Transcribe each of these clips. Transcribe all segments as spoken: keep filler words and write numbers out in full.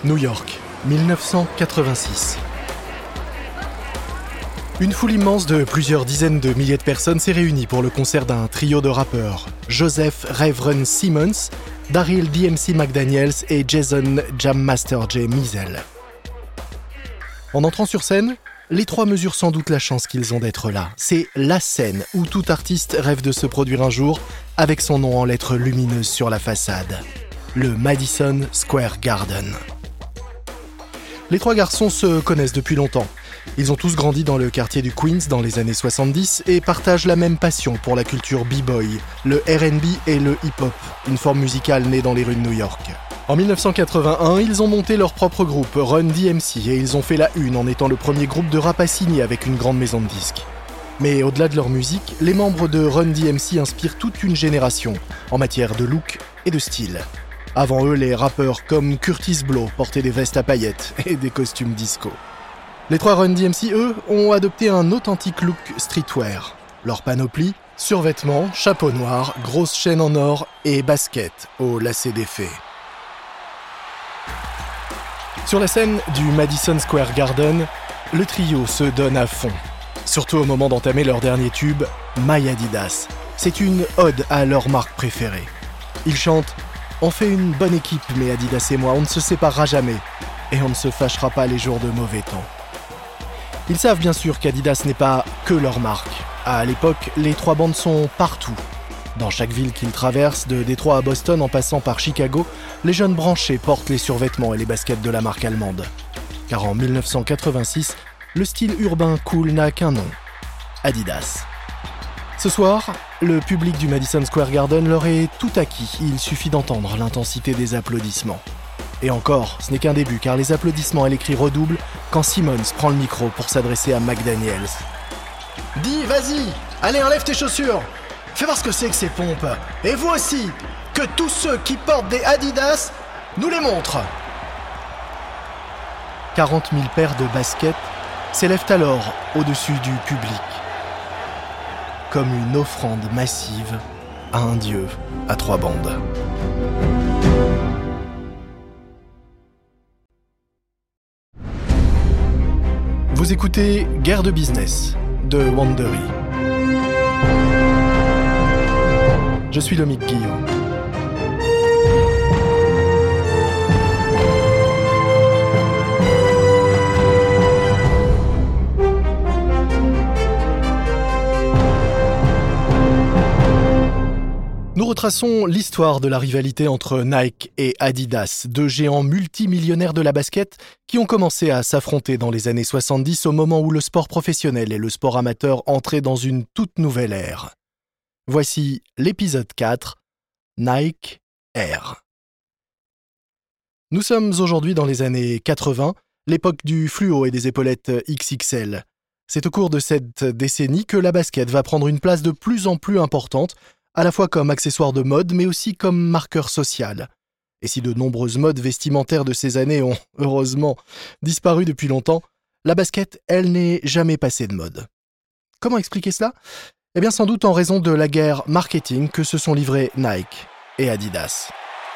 New York, dix-neuf cent quatre-vingt-six. Une foule immense de plusieurs dizaines de milliers de personnes s'est réunie pour le concert d'un trio de rappeurs, Joseph Reverend Simmons, Daryl D M C McDaniels et Jason Jam Master Jay Mizell. En entrant sur scène, les trois mesurent sans doute la chance qu'ils ont d'être là. C'est la scène où tout artiste rêve de se produire un jour, avec son nom en lettres lumineuses sur la façade. Le Madison Square Garden. Les trois garçons se connaissent depuis longtemps. Ils ont tous grandi dans le quartier du Queens dans les années soixante-dix et partagent la même passion pour la culture b-boy, le R and B et le hip-hop, une forme musicale née dans les rues de New York. En dix-neuf cent quatre-vingt-un, ils ont monté leur propre groupe, Run D M C, et ils ont fait la une en étant le premier groupe de rap à signer avec une grande maison de disques. Mais au-delà de leur musique, les membres de Run D M C inspirent toute une génération, en matière de look et de style. Avant eux, les rappeurs comme Kurtis Blow portaient des vestes à paillettes et des costumes disco. Les trois Run D M C, eux, ont adopté un authentique look streetwear. Leur panoplie, survêtements, chapeau noir, grosses chaînes en or et baskets aux lacets défaits. Sur la scène du Madison Square Garden, le trio se donne à fond. Surtout au moment d'entamer leur dernier tube, My Adidas. C'est une ode à leur marque préférée. Ils chantent « On fait une bonne équipe, mais Adidas et moi, on ne se séparera jamais. Et on ne se fâchera pas les jours de mauvais temps. » Ils savent bien sûr qu'Adidas n'est pas que leur marque. À l'époque, les trois bandes sont partout. Dans chaque ville qu'ils traversent, de Détroit à Boston en passant par Chicago, les jeunes branchés portent les survêtements et les baskets de la marque allemande. Car en dix-neuf cent quatre-vingt-six, le style urbain cool n'a qu'un nom, Adidas. Ce soir, le public du Madison Square Garden leur est tout acquis, il suffit d'entendre l'intensité des applaudissements. Et encore, ce n'est qu'un début, car les applaudissements et les cris redoublent quand Simmons prend le micro pour s'adresser à McDaniels. « Dis, vas-y, allez, enlève tes chaussures. Fais voir ce que c'est que ces pompes. Et vous aussi, que tous ceux qui portent des Adidas nous les montrent. » quarante mille paires de baskets s'élèvent alors au-dessus du public, comme une offrande massive à un dieu à trois bandes. Vous écoutez Guerre de business de Wandery. Je suis Lomique Guillaume. Nous retraçons l'histoire de la rivalité entre Nike et Adidas, deux géants multimillionnaires de la basket qui ont commencé à s'affronter dans les années soixante-dix au moment où le sport professionnel et le sport amateur entraient dans une toute nouvelle ère. Voici l'épisode quatre, Nike Air. Nous sommes aujourd'hui dans les années quatre-vingts, l'époque du fluo et des épaulettes X X L. C'est au cours de cette décennie que la basket va prendre une place de plus en plus importante, à la fois comme accessoire de mode, mais aussi comme marqueur social. Et si de nombreuses modes vestimentaires de ces années ont, heureusement, disparu depuis longtemps, la basket, elle, n'est jamais passée de mode. Comment expliquer cela ? Eh bien, sans doute en raison de la guerre marketing que se sont livrés Nike et Adidas.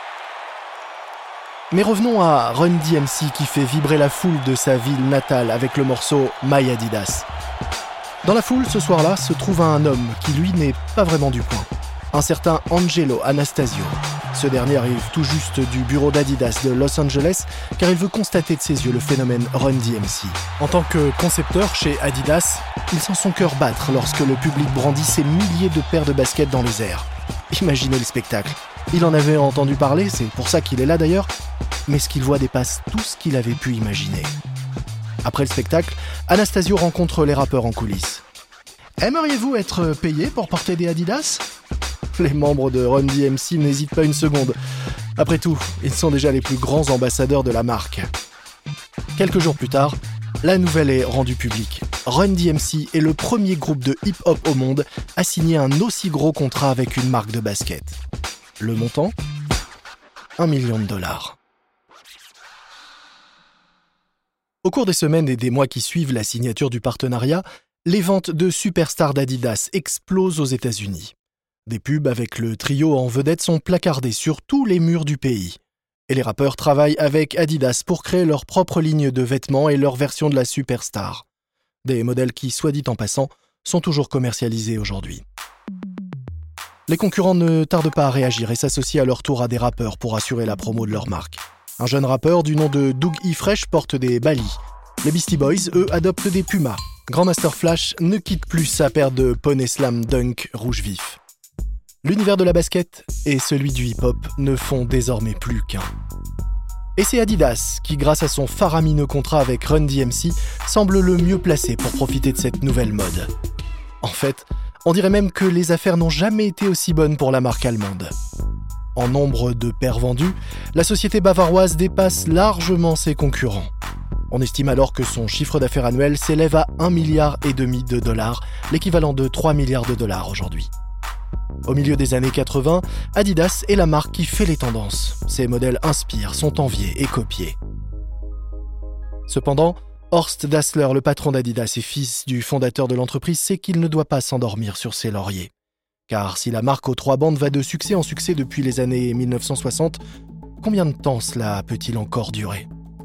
Mais revenons à Run D M C qui fait vibrer la foule de sa ville natale avec le morceau My Adidas. Dans la foule, ce soir-là, se trouve un homme qui, lui, n'est pas vraiment du coin. Un certain Angelo Anastasio. Ce dernier arrive tout juste du bureau d'Adidas de Los Angeles car il veut constater de ses yeux le phénomène Run D M C. En tant que concepteur chez Adidas, il sent son cœur battre lorsque le public brandit ses milliers de paires de baskets dans les airs. Imaginez le spectacle. Il en avait entendu parler, c'est pour ça qu'il est là d'ailleurs, mais ce qu'il voit dépasse tout ce qu'il avait pu imaginer. Après le spectacle, Anastasio rencontre les rappeurs en coulisses. « Aimeriez-vous être payé pour porter des Adidas ?» Les membres de Run D M C n'hésitent pas une seconde. Après tout, ils sont déjà les plus grands ambassadeurs de la marque. Quelques jours plus tard, la nouvelle est rendue publique. Run D M C est le premier groupe de hip-hop au monde à signer un aussi gros contrat avec une marque de basket. Le montant ? Un million de dollars. Au cours des semaines et des mois qui suivent la signature du partenariat, les ventes de superstars d'Adidas explosent aux États-Unis. Des pubs avec le trio en vedette sont placardées sur tous les murs du pays. Et les rappeurs travaillent avec Adidas pour créer leur propre ligne de vêtements et leur version de la Superstar. Des modèles qui, soit dit en passant, sont toujours commercialisés aujourd'hui. Les concurrents ne tardent pas à réagir et s'associent à leur tour à des rappeurs pour assurer la promo de leur marque. Un jeune rappeur du nom de Doug E. Fresh porte des Bali. Les Beastie Boys, eux, adoptent des Puma. Grandmaster Flash ne quitte plus sa paire de Poney Slam Dunk rouge vif. L'univers de la basket et celui du hip-hop ne font désormais plus qu'un. Et c'est Adidas qui, grâce à son faramineux contrat avec Run D M C, semble le mieux placé pour profiter de cette nouvelle mode. En fait, on dirait même que les affaires n'ont jamais été aussi bonnes pour la marque allemande. En nombre de paires vendues, la société bavaroise dépasse largement ses concurrents. On estime alors que son chiffre d'affaires annuel s'élève à un milliard et demi de dollars, l'équivalent de trois milliards de dollars aujourd'hui. Au milieu des années quatre-vingts, Adidas est la marque qui fait les tendances. Ses modèles inspirent, sont enviés et copiés. Cependant, Horst Dassler, le patron d'Adidas et fils du fondateur de l'entreprise, sait qu'il ne doit pas s'endormir sur ses lauriers. Car si la marque aux trois bandes va de succès en succès depuis les années dix-neuf cent soixante, combien de temps cela peut-il encore durer ?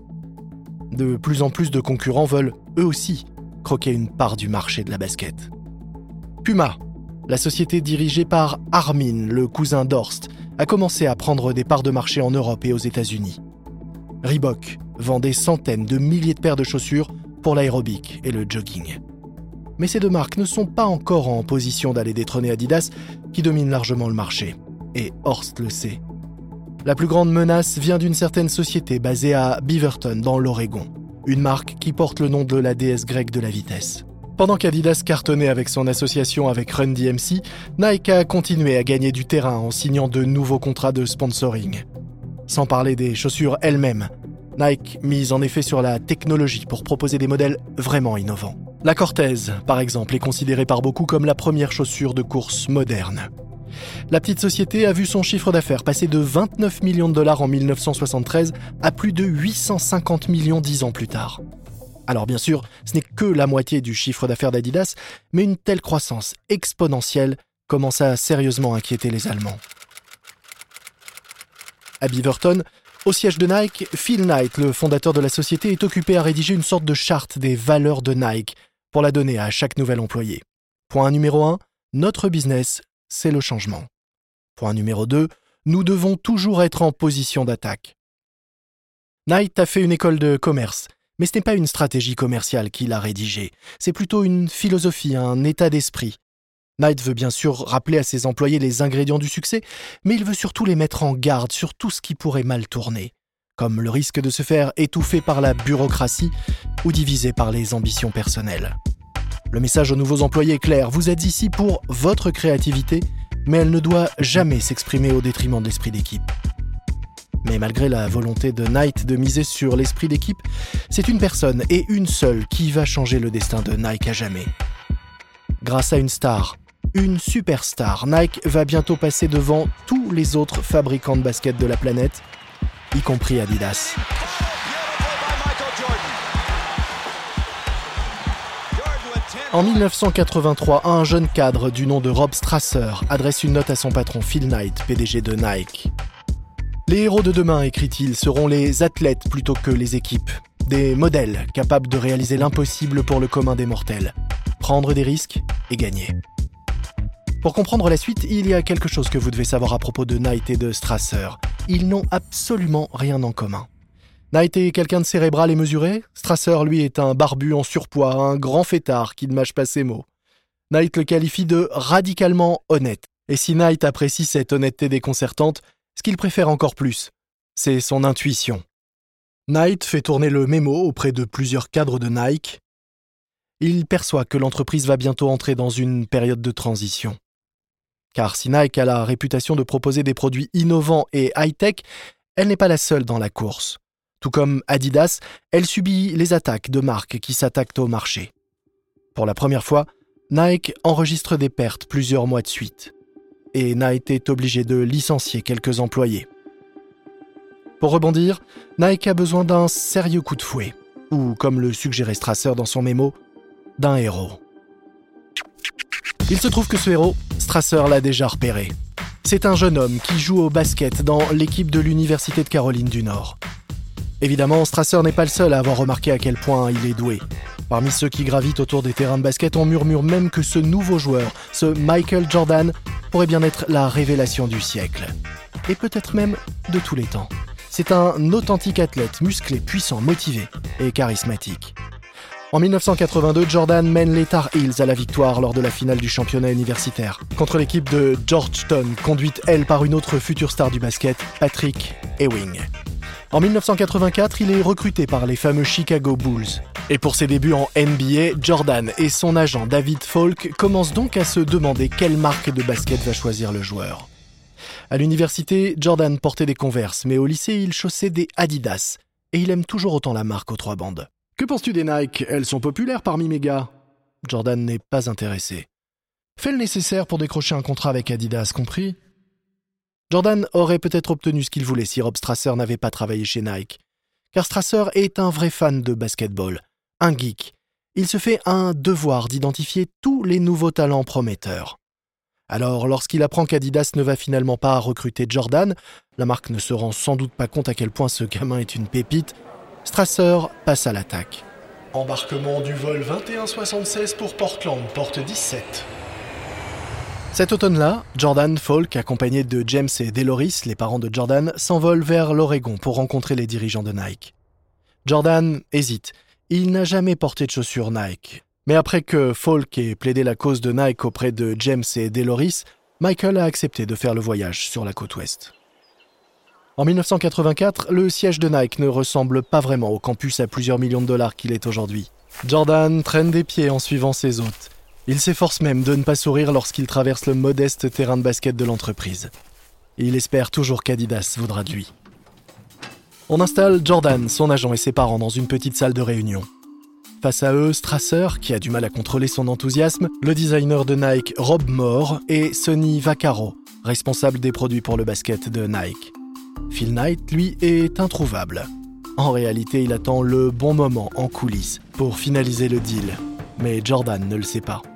De plus en plus de concurrents veulent, eux aussi, croquer une part du marché de la basket. Puma, la société dirigée par Armin, le cousin d'Horst, a commencé à prendre des parts de marché en Europe et aux États-Unis. Reebok vend des centaines de milliers de paires de chaussures pour l'aérobic et le jogging. Mais ces deux marques ne sont pas encore en position d'aller détrôner Adidas, qui domine largement le marché. Et Horst le sait. La plus grande menace vient d'une certaine société basée à Beaverton, dans l'Oregon. Une marque qui porte le nom de la déesse grecque de la vitesse. Pendant qu'Adidas cartonnait avec son association avec Run D M C, Nike a continué à gagner du terrain en signant de nouveaux contrats de sponsoring. Sans parler des chaussures elles-mêmes, Nike mise en effet sur la technologie pour proposer des modèles vraiment innovants. La Cortez, par exemple, est considérée par beaucoup comme la première chaussure de course moderne. La petite société a vu son chiffre d'affaires passer de vingt-neuf millions de dollars en dix-neuf cent soixante-treize à plus de huit cent cinquante millions dix ans plus tard. Alors bien sûr, ce n'est que la moitié du chiffre d'affaires d'Adidas, mais une telle croissance exponentielle commence à sérieusement inquiéter les Allemands. À Beaverton, au siège de Nike, Phil Knight, le fondateur de la société, est occupé à rédiger une sorte de charte des valeurs de Nike pour la donner à chaque nouvel employé. Point numéro un, notre business, c'est le changement. Point numéro deux, nous devons toujours être en position d'attaque. Knight a fait une école de commerce, mais ce n'est pas une stratégie commerciale qu'il a rédigée, c'est plutôt une philosophie, un état d'esprit. Knight veut bien sûr rappeler à ses employés les ingrédients du succès, mais il veut surtout les mettre en garde sur tout ce qui pourrait mal tourner, comme le risque de se faire étouffer par la bureaucratie ou diviser par les ambitions personnelles. Le message aux nouveaux employés est clair, vous êtes ici pour votre créativité, mais elle ne doit jamais s'exprimer au détriment de l'esprit d'équipe. Mais malgré la volonté de Knight de miser sur l'esprit d'équipe, c'est une personne et une seule qui va changer le destin de Nike à jamais. Grâce à une star, une superstar, Nike va bientôt passer devant tous les autres fabricants de basket de la planète, y compris Adidas. En dix-neuf cent quatre-vingt-trois, un jeune cadre du nom de Rob Strasser adresse une note à son patron Phil Knight, P D G de Nike. Les héros de demain, écrit-il, seront les athlètes plutôt que les équipes. Des modèles capables de réaliser l'impossible pour le commun des mortels. Prendre des risques et gagner. Pour comprendre la suite, il y a quelque chose que vous devez savoir à propos de Knight et de Strasser. Ils n'ont absolument rien en commun. Knight est quelqu'un de cérébral et mesuré. Strasser, lui, est un barbu en surpoids, un grand fêtard qui ne mâche pas ses mots. Knight le qualifie de radicalement honnête. Et si Knight apprécie cette honnêteté déconcertante, ce qu'il préfère encore plus, c'est son intuition. Knight fait tourner le mémo auprès de plusieurs cadres de Nike. Il perçoit que l'entreprise va bientôt entrer dans une période de transition. Car si Nike a la réputation de proposer des produits innovants et high-tech, elle n'est pas la seule dans la course. Tout comme Adidas, elle subit les attaques de marques qui s'attaquent au marché. Pour la première fois, Nike enregistre des pertes plusieurs mois de suite. Et Nike est obligé de licencier quelques employés. Pour rebondir, Nike a besoin d'un sérieux coup de fouet, ou comme le suggérait Strasser dans son mémo, d'un héros. Il se trouve que ce héros, Strasser l'a déjà repéré. C'est un jeune homme qui joue au basket dans l'équipe de l'Université de Caroline du Nord. Évidemment, Strasser n'est pas le seul à avoir remarqué à quel point il est doué. Parmi ceux qui gravitent autour des terrains de basket, on murmure même que ce nouveau joueur, ce Michael Jordan, pourrait bien être la révélation du siècle. Et peut-être même de tous les temps. C'est un authentique athlète, musclé, puissant, motivé et charismatique. En dix-neuf cent quatre-vingt-deux, Jordan mène les Tar Heels à la victoire lors de la finale du championnat universitaire, contre l'équipe de Georgetown, conduite elle par une autre future star du basket, Patrick Ewing. En dix-neuf cent quatre-vingt-quatre, il est recruté par les fameux Chicago Bulls. Et pour ses débuts en N B A, Jordan et son agent David Falk commencent donc à se demander quelle marque de basket va choisir le joueur. À l'université, Jordan portait des Converse, mais au lycée, il chaussait des Adidas. Et il aime toujours autant la marque aux trois bandes. « Que penses-tu des Nike ? Elles sont populaires parmi mes gars ?» Jordan n'est pas intéressé. « Fais le nécessaire pour décrocher un contrat avec Adidas, compris ?» Jordan aurait peut-être obtenu ce qu'il voulait si Rob Strasser n'avait pas travaillé chez Nike. Car Strasser est un vrai fan de basketball, un geek. Il se fait un devoir d'identifier tous les nouveaux talents prometteurs. Alors, lorsqu'il apprend qu'Adidas ne va finalement pas recruter Jordan, la marque ne se rend sans doute pas compte à quel point ce gamin est une pépite, Strasser passe à l'attaque. Embarquement du vol vingt et un soixante-seize pour Portland, porte dix-sept. Cet automne-là, Jordan, Falk, accompagné de James et Deloris, les parents de Jordan, s'envolent vers l'Oregon pour rencontrer les dirigeants de Nike. Jordan hésite. Il n'a jamais porté de chaussures Nike. Mais après que Falk ait plaidé la cause de Nike auprès de James et Deloris, Michael a accepté de faire le voyage sur la côte ouest. En dix-neuf cent quatre-vingt-quatre, le siège de Nike ne ressemble pas vraiment au campus à plusieurs millions de dollars qu'il est aujourd'hui. Jordan traîne des pieds en suivant ses hôtes. Il s'efforce même de ne pas sourire lorsqu'il traverse le modeste terrain de basket de l'entreprise. Il espère toujours qu'Adidas voudra de lui. On installe Jordan, son agent et ses parents dans une petite salle de réunion. Face à eux, Strasser, qui a du mal à contrôler son enthousiasme, le designer de Nike Rob Moore et Sonny Vaccaro, responsable des produits pour le basket de Nike. Phil Knight, lui, est introuvable. En réalité, il attend le bon moment en coulisses pour finaliser le deal. Mais Jordan ne le sait pas.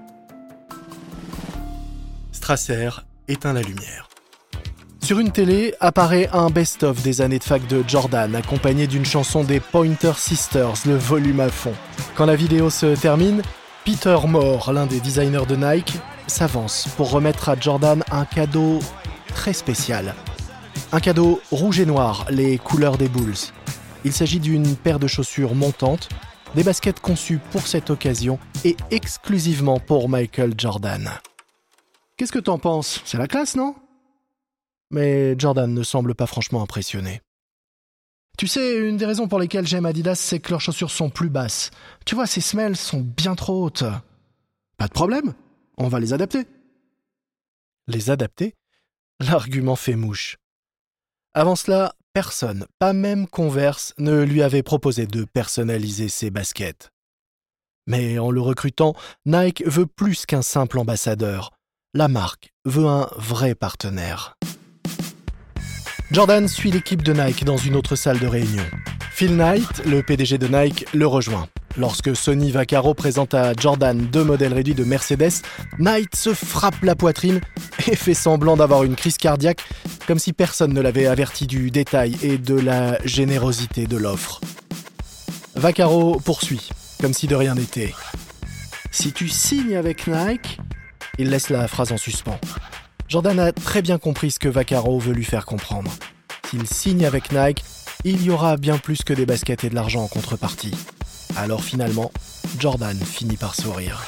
Strasser éteint la lumière. Sur une télé apparaît un best-of des années de fac de Jordan, accompagné d'une chanson des Pointer Sisters, le volume à fond. Quand la vidéo se termine, Peter Moore, l'un des designers de Nike, s'avance pour remettre à Jordan un cadeau très spécial. Un cadeau rouge et noir, les couleurs des Bulls. Il s'agit d'une paire de chaussures montantes, des baskets conçues pour cette occasion et exclusivement pour Michael Jordan. Qu'est-ce que t'en penses ? C'est la classe, non ? Mais Jordan ne semble pas franchement impressionné. Tu sais, une des raisons pour lesquelles j'aime Adidas, c'est que leurs chaussures sont plus basses. Tu vois, ces semelles sont bien trop hautes. Pas de problème, on va les adapter. Les adapter ? L'argument fait mouche. Avant cela, personne, pas même Converse, ne lui avait proposé de personnaliser ses baskets. Mais en le recrutant, Nike veut plus qu'un simple ambassadeur. La marque veut un vrai partenaire. Jordan suit l'équipe de Nike dans une autre salle de réunion. Phil Knight, le P D G de Nike, le rejoint. Lorsque Sonny Vaccaro présente à Jordan deux modèles réduits de Mercedes, Knight se frappe la poitrine et fait semblant d'avoir une crise cardiaque, comme si personne ne l'avait averti du détail et de la générosité de l'offre. Vaccaro poursuit, comme si de rien n'était. « Si tu signes avec Nike », il laisse la phrase en suspens. Jordan a très bien compris ce que Vaccaro veut lui faire comprendre. S'il signe avec Nike, il y aura bien plus que des baskets et de l'argent en contrepartie. Alors finalement, Jordan finit par sourire.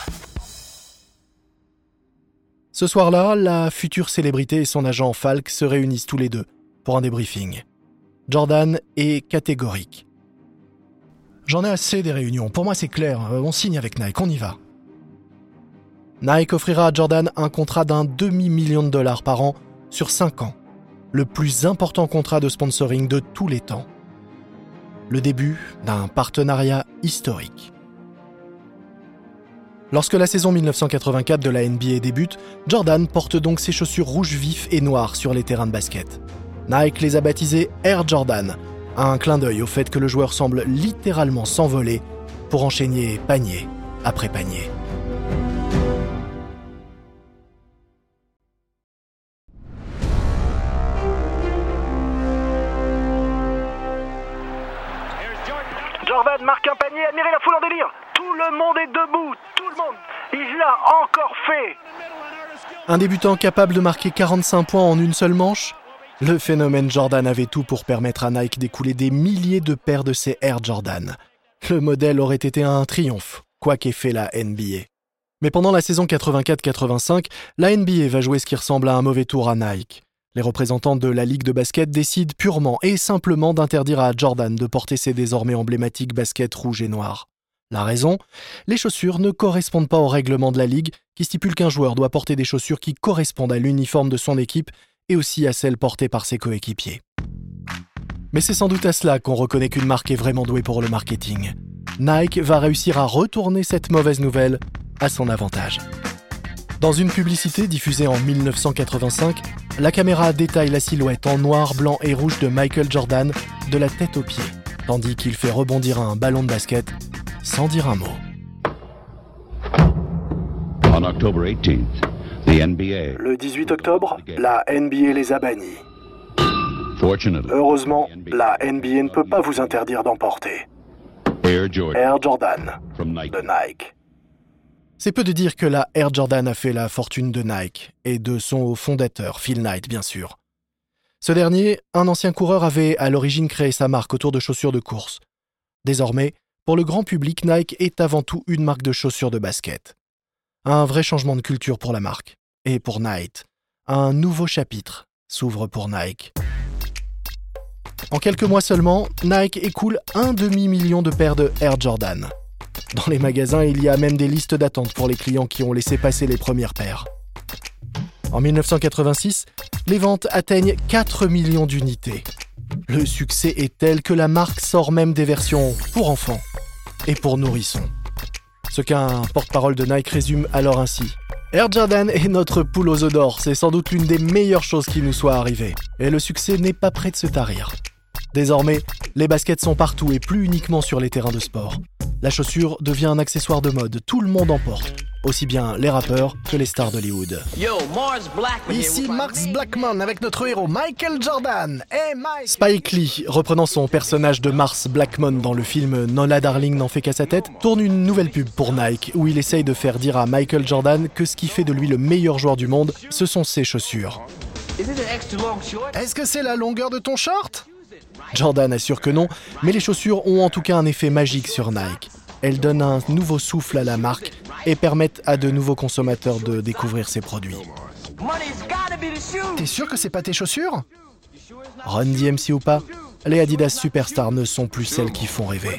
Ce soir-là, la future célébrité et son agent Falk se réunissent tous les deux pour un débriefing. Jordan est catégorique. « J'en ai assez des réunions, pour moi c'est clair, on signe avec Nike, on y va. » Nike offrira à Jordan un contrat d'un demi-million de dollars par an sur cinq ans, le plus important contrat de sponsoring de tous les temps. Le début d'un partenariat historique. Lorsque la saison dix-neuf cent quatre-vingt-quatre de la N B A débute, Jordan porte donc ses chaussures rouges vifs et noires sur les terrains de basket. Nike les a baptisées Air Jordan, un clin d'œil au fait que le joueur semble littéralement s'envoler pour enchaîner panier après panier. Jordan marque un panier, admirez la foule en délire. Tout le monde est debout, tout le monde. Il l'a encore fait. Un débutant capable de marquer quarante-cinq points en une seule manche? Le phénomène Jordan avait tout pour permettre à Nike d'écouler des milliers de paires de ses Air Jordan. Le modèle aurait été un triomphe, quoi qu'ait fait la N B A. Mais pendant la saison quatre-vingt-quatre quatre-vingt-cinq, la N B A va jouer ce qui ressemble à un mauvais tour à Nike. Les représentants de la Ligue de basket décident purement et simplement d'interdire à Jordan de porter ses désormais emblématiques baskets rouges et noires. La raison ? Les chaussures ne correspondent pas au règlement de la Ligue qui stipule qu'un joueur doit porter des chaussures qui correspondent à l'uniforme de son équipe et aussi à celles portées par ses coéquipiers. Mais c'est sans doute à cela qu'on reconnaît qu'une marque est vraiment douée pour le marketing. Nike va réussir à retourner cette mauvaise nouvelle à son avantage. Dans une publicité diffusée en dix-neuf cent quatre-vingt-cinq, la caméra détaille la silhouette en noir, blanc et rouge de Michael Jordan de la tête aux pieds, tandis qu'il fait rebondir un ballon de basket sans dire un mot. On October eighteenth, the N B A. Le dix-huit octobre, la N B A les a bannis. Heureusement, la N B A ne peut pas vous interdire d'en porter. Air Jordan, Air Jordan from Nike. de Nike. C'est peu de dire que la Air Jordan a fait la fortune de Nike et de son fondateur, Phil Knight, bien sûr. Ce dernier, un ancien coureur, avait à l'origine créé sa marque autour de chaussures de course. Désormais, pour le grand public, Nike est avant tout une marque de chaussures de basket. Un vrai changement de culture pour la marque. Et pour Knight, un nouveau chapitre s'ouvre pour Nike. En quelques mois seulement, Nike écoule un demi-million de paires de Air Jordan. Dans les magasins, il y a même des listes d'attente pour les clients qui ont laissé passer les premières paires. En dix-neuf cent quatre-vingt-six, les ventes atteignent quatre millions d'unités. Le succès est tel que la marque sort même des versions pour enfants et pour nourrissons. Ce qu'un porte-parole de Nike résume alors ainsi. Air Jordan est notre poule aux œufs d'or, c'est sans doute l'une des meilleures choses qui nous soit arrivée. Et le succès n'est pas prêt de se tarir. Désormais, les baskets sont partout et plus uniquement sur les terrains de sport. La chaussure devient un accessoire de mode, tout le monde en porte. Aussi bien les rappeurs que les stars d'Hollywood. Yo, Mars Blackman. Ici Mars Blackman avec notre héros Michael Jordan. Hey Mike. Spike Lee, reprenant son personnage de Mars Blackman dans le film Nola Darling n'en fait qu'à sa tête, tourne une nouvelle pub pour Nike où il essaye de faire dire à Michael Jordan que ce qui fait de lui le meilleur joueur du monde, ce sont ses chaussures. Est-ce que c'est la longueur de ton short ? Jordan assure que non, mais les chaussures ont en tout cas un effet magique sur Nike. Elles donnent un nouveau souffle à la marque et permettent à de nouveaux consommateurs de découvrir ses produits. T'es sûr que c'est pas tes chaussures ? Run D M C ou pas, les Adidas Superstar ne sont plus celles qui font rêver.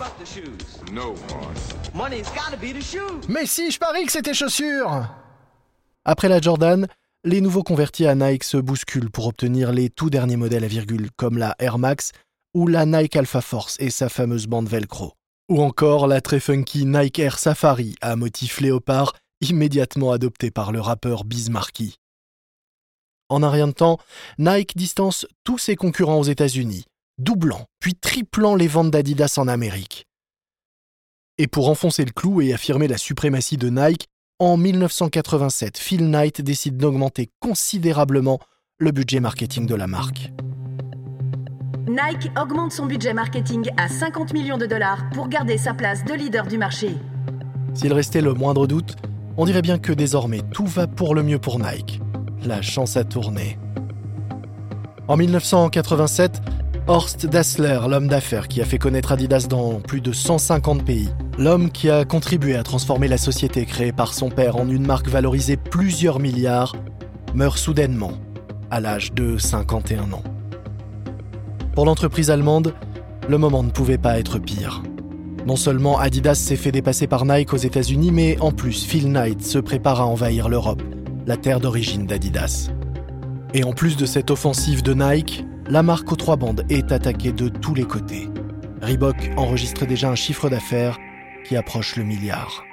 Mais si, je parie que c'est tes chaussures ! Après la Jordan, les nouveaux convertis à Nike se bousculent pour obtenir les tout derniers modèles à virgule, comme la Air Max ou la Nike Alpha Force et sa fameuse bande velcro. Ou encore la très funky Nike Air Safari à motif léopard, immédiatement adoptée par le rappeur Biz Markie. En un rien de temps, Nike distance tous ses concurrents aux États-Unis, doublant puis triplant les ventes d'Adidas en Amérique. Et pour enfoncer le clou et affirmer la suprématie de Nike, en dix-neuf cent quatre-vingt-sept, Phil Knight décide d'augmenter considérablement le budget marketing de la marque. Nike augmente son budget marketing à cinquante millions de dollars pour garder sa place de leader du marché. S'il restait le moindre doute, on dirait bien que désormais tout va pour le mieux pour Nike. La chance a tourné. En dix-neuf cent quatre-vingt-sept, Horst Dassler, l'homme d'affaires qui a fait connaître Adidas dans plus de cent cinquante pays, l'homme qui a contribué à transformer la société créée par son père en une marque valorisée plusieurs milliards, meurt soudainement, à l'âge de cinquante et un ans. Pour l'entreprise allemande, le moment ne pouvait pas être pire. Non seulement Adidas s'est fait dépasser par Nike aux États-Unis, mais en plus, Phil Knight se prépare à envahir l'Europe, la terre d'origine d'Adidas. Et en plus de cette offensive de Nike, la marque aux trois bandes est attaquée de tous les côtés. Reebok enregistre déjà un chiffre d'affaires qui approche le milliard.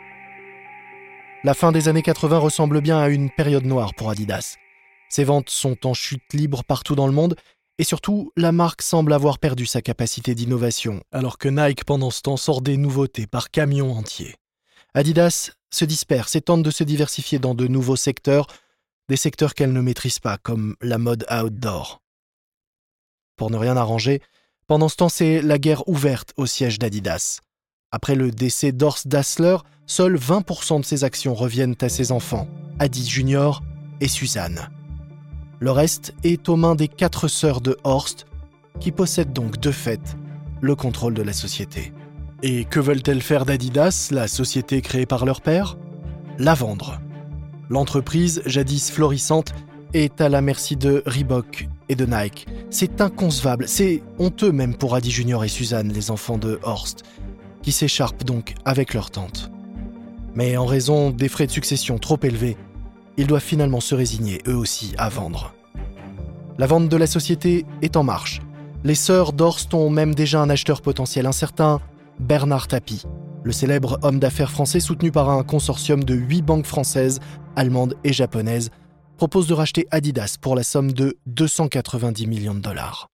La fin des années quatre-vingts ressemble bien à une période noire pour Adidas. Ses ventes sont en chute libre partout dans le monde et surtout, la marque semble avoir perdu sa capacité d'innovation, alors que Nike, pendant ce temps, sort des nouveautés par camions entiers. Adidas se disperse et tente de se diversifier dans de nouveaux secteurs, des secteurs qu'elle ne maîtrise pas, comme la mode outdoor. Pour ne rien arranger, Pendant ce temps, c'est la guerre ouverte au siège d'Adidas. Après le décès d'Horst Dassler, seuls vingt pour cent de ses actions reviennent à ses enfants, Adi Junior et Suzanne. Le reste est aux mains des quatre sœurs de Horst, qui possèdent donc de fait le contrôle de la société. Et que veulent-elles faire d'Adidas, la société créée par leur père ? La vendre. L'entreprise, jadis florissante, est à la merci de Reebok et de Nike. C'est inconcevable, c'est honteux même pour Adi Junior et Suzanne, les enfants de Horst, qui s'écharpent donc avec leur tante. Mais en raison des frais de succession trop élevés, ils doivent finalement se résigner, eux aussi, à vendre. La vente de la société est en marche. Les sœurs d'Horst ont même déjà un acheteur potentiel, un certain Bernard Tapie, le célèbre homme d'affaires français soutenu par un consortium de huit banques françaises, allemandes et japonaises, propose de racheter Adidas pour la somme de deux cent quatre-vingt-dix millions de dollars.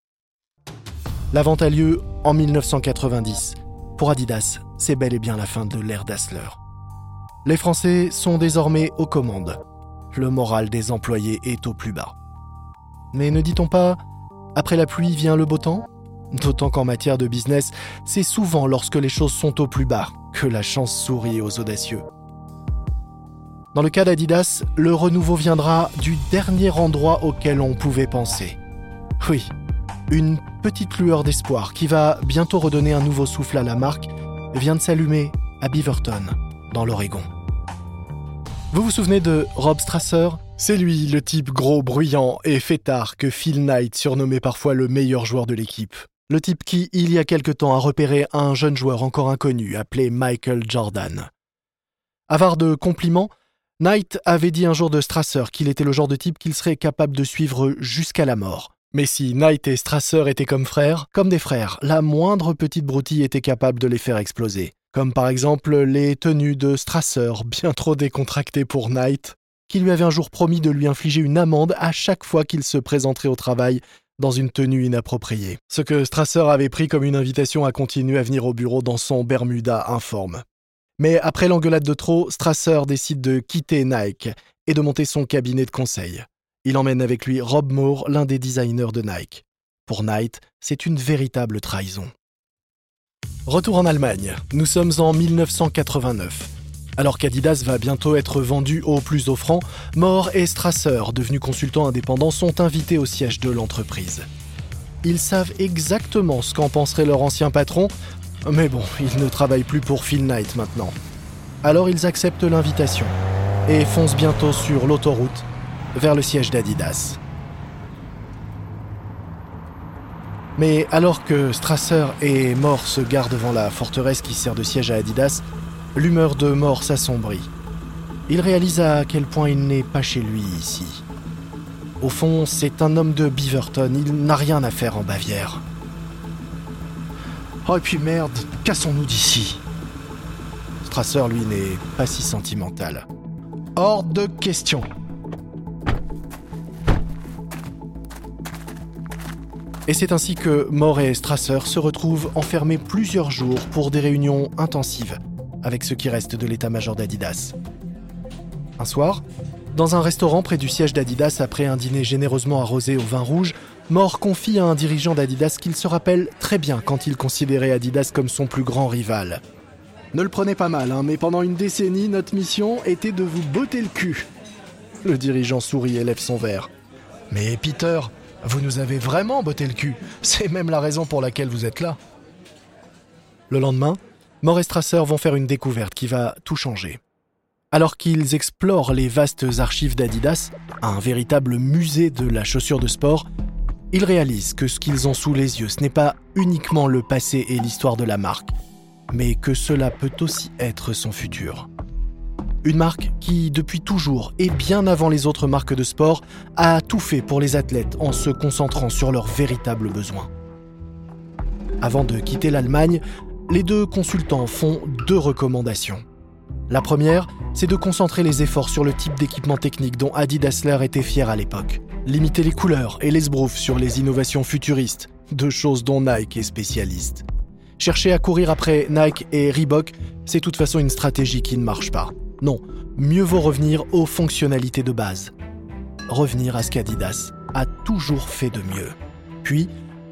La vente a lieu en dix-neuf cent quatre-vingt-dix. Pour Adidas, c'est bel et bien la fin de l'ère Dassler. Les Français sont désormais aux commandes. Le moral des employés est au plus bas. Mais ne dit-on pas « après la pluie vient le beau temps » ? D'autant qu'en matière de business, c'est souvent lorsque les choses sont au plus bas que la chance sourit aux audacieux. Dans le cas d'Adidas, le renouveau viendra du dernier endroit auquel on pouvait penser. Oui, une petite lueur d'espoir qui va bientôt redonner un nouveau souffle à la marque vient de s'allumer à Beaverton, dans l'Oregon. Vous vous souvenez de Rob Strasser ? C'est lui, le type gros, bruyant et fêtard que Phil Knight surnommait parfois le meilleur joueur de l'équipe. Le type qui, il y a quelque temps, a repéré un jeune joueur encore inconnu appelé Michael Jordan. Avare de compliments, Knight avait dit un jour de Strasser qu'il était le genre de type qu'il serait capable de suivre jusqu'à la mort. Mais si Knight et Strasser étaient comme frères, comme des frères, la moindre petite broutille était capable de les faire exploser. Comme par exemple les tenues de Strasser, bien trop décontractées pour Knight, qui lui avait un jour promis de lui infliger une amende à chaque fois qu'il se présenterait au travail dans une tenue inappropriée. Ce que Strasser avait pris comme une invitation à continuer à venir au bureau dans son Bermuda informe. Mais après l'engueulade de trop, Strasser décide de quitter Nike et de monter son cabinet de conseil. Il emmène avec lui Rob Moore, l'un des designers de Nike. Pour Knight, c'est une véritable trahison. Retour en Allemagne, nous sommes en dix-neuf cent quatre-vingt-neuf. Alors qu'Adidas va bientôt être vendu au plus offrant, Moore et Strasser, devenus consultants indépendants, sont invités au siège de l'entreprise. Ils savent exactement ce qu'en penserait leur ancien patron, mais bon, ils ne travaillent plus pour Phil Knight maintenant. Alors ils acceptent l'invitation et foncent bientôt sur l'autoroute vers le siège d'Adidas. Mais alors que Strasser et Moore se garent devant la forteresse qui sert de siège à Adidas, l'humeur de Moore s'assombrit. Il réalise à quel point il n'est pas chez lui ici. Au fond, c'est un homme de Beaverton, il n'a rien à faire en Bavière. Oh et puis merde, cassons-nous d'ici. Strasser, lui, n'est pas si sentimental. Hors de question. Et c'est ainsi que Moore et Strasser se retrouvent enfermés plusieurs jours pour des réunions intensives avec ce qui reste de l'état-major d'Adidas. Un soir, dans un restaurant près du siège d'Adidas, après un dîner généreusement arrosé au vin rouge, Moore confie à un dirigeant d'Adidas qu'il se rappelle très bien quand il considérait Adidas comme son plus grand rival. « Ne le prenez pas mal, hein, mais pendant une décennie, notre mission était de vous botter le cul. » Le dirigeant sourit et lève son verre. « Mais Peter, vous nous avez vraiment botté le cul. C'est même la raison pour laquelle vous êtes là. » Le lendemain, Moore et Strasser vont faire une découverte qui va tout changer. Alors qu'ils explorent les vastes archives d'Adidas, un véritable musée de la chaussure de sport, ils réalisent que ce qu'ils ont sous les yeux, ce n'est pas uniquement le passé et l'histoire de la marque, mais que cela peut aussi être son futur. Une marque qui, depuis toujours et bien avant les autres marques de sport, a tout fait pour les athlètes en se concentrant sur leurs véritables besoins. Avant de quitter l'Allemagne, les deux consultants font deux recommandations. La première, c'est de concentrer les efforts sur le type d'équipement technique dont Adi Dassler était fier à l'époque. Limiter les couleurs et les sbroufs sur les innovations futuristes, deux choses dont Nike est spécialiste. Chercher à courir après Nike et Reebok, c'est de toute façon une stratégie qui ne marche pas. Non, mieux vaut revenir aux fonctionnalités de base. Revenir à ce qu'Adidas a toujours fait de mieux. Puis,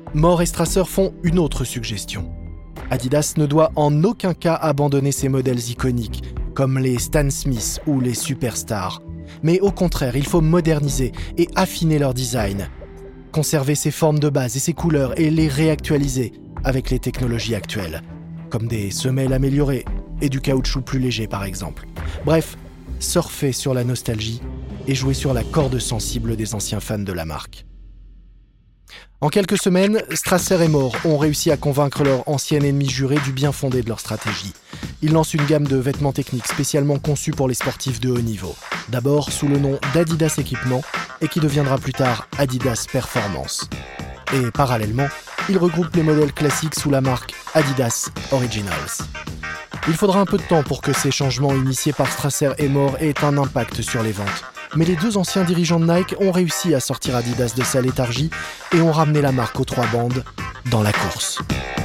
Moore et Strasser font une autre suggestion. Adidas ne doit en aucun cas abandonner ses modèles iconiques, comme les Stan Smith ou les Superstars. Mais au contraire, il faut moderniser et affiner leur design, conserver ses formes de base et ses couleurs et les réactualiser avec les technologies actuelles, comme des semelles améliorées et du caoutchouc plus léger par exemple. Bref, surfer sur la nostalgie et jouer sur la corde sensible des anciens fans de la marque. En quelques semaines, Strasser et Moore ont réussi à convaincre leur ancien ennemi juré du bien fondé de leur stratégie. Ils lancent une gamme de vêtements techniques spécialement conçus pour les sportifs de haut niveau. D'abord sous le nom d'Adidas Équipement et qui deviendra plus tard Adidas Performance. Et parallèlement, ils regroupent les modèles classiques sous la marque Adidas Originals. Il faudra un peu de temps pour que ces changements initiés par Strasser et Moore aient un impact sur les ventes. Mais les deux anciens dirigeants de Nike ont réussi à sortir Adidas de sa léthargie et ont ramené la marque aux trois bandes dans la course.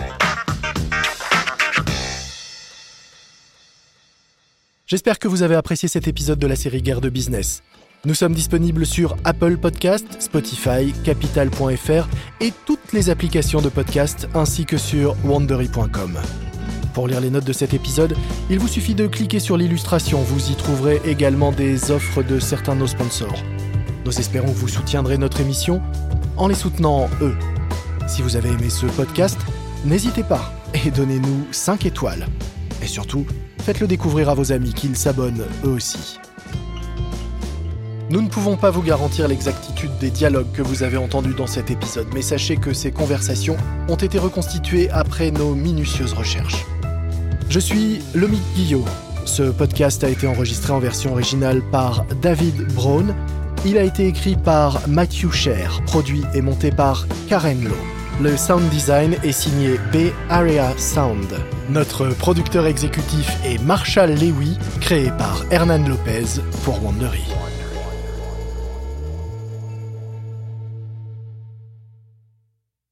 J'espère que vous avez apprécié cet épisode de la série Guerre de Business. Nous sommes disponibles sur Apple Podcasts, Spotify, Capital point f r et toutes les applications de podcast ainsi que sur wandery point com. Pour lire les notes de cet épisode, il vous suffit de cliquer sur l'illustration. Vous y trouverez également des offres de certains de nos sponsors. Nous espérons que vous soutiendrez notre émission en les soutenant eux. Si vous avez aimé ce podcast, n'hésitez pas et donnez-nous cinq étoiles. Et surtout, faites-le découvrir à vos amis qu'ils s'abonnent eux aussi. Nous ne pouvons pas vous garantir l'exactitude des dialogues que vous avez entendus dans cet épisode, mais sachez que ces conversations ont été reconstituées après nos minutieuses recherches. Je suis Lomique Guillot. Ce podcast a été enregistré en version originale par David Brown. Il a été écrit par Matthew Sher, produit et monté par Karen Lowe. Le sound design est signé Bay Area Sound. Notre producteur exécutif est Marshall Lewy, créé par Hernan Lopez pour Wandery.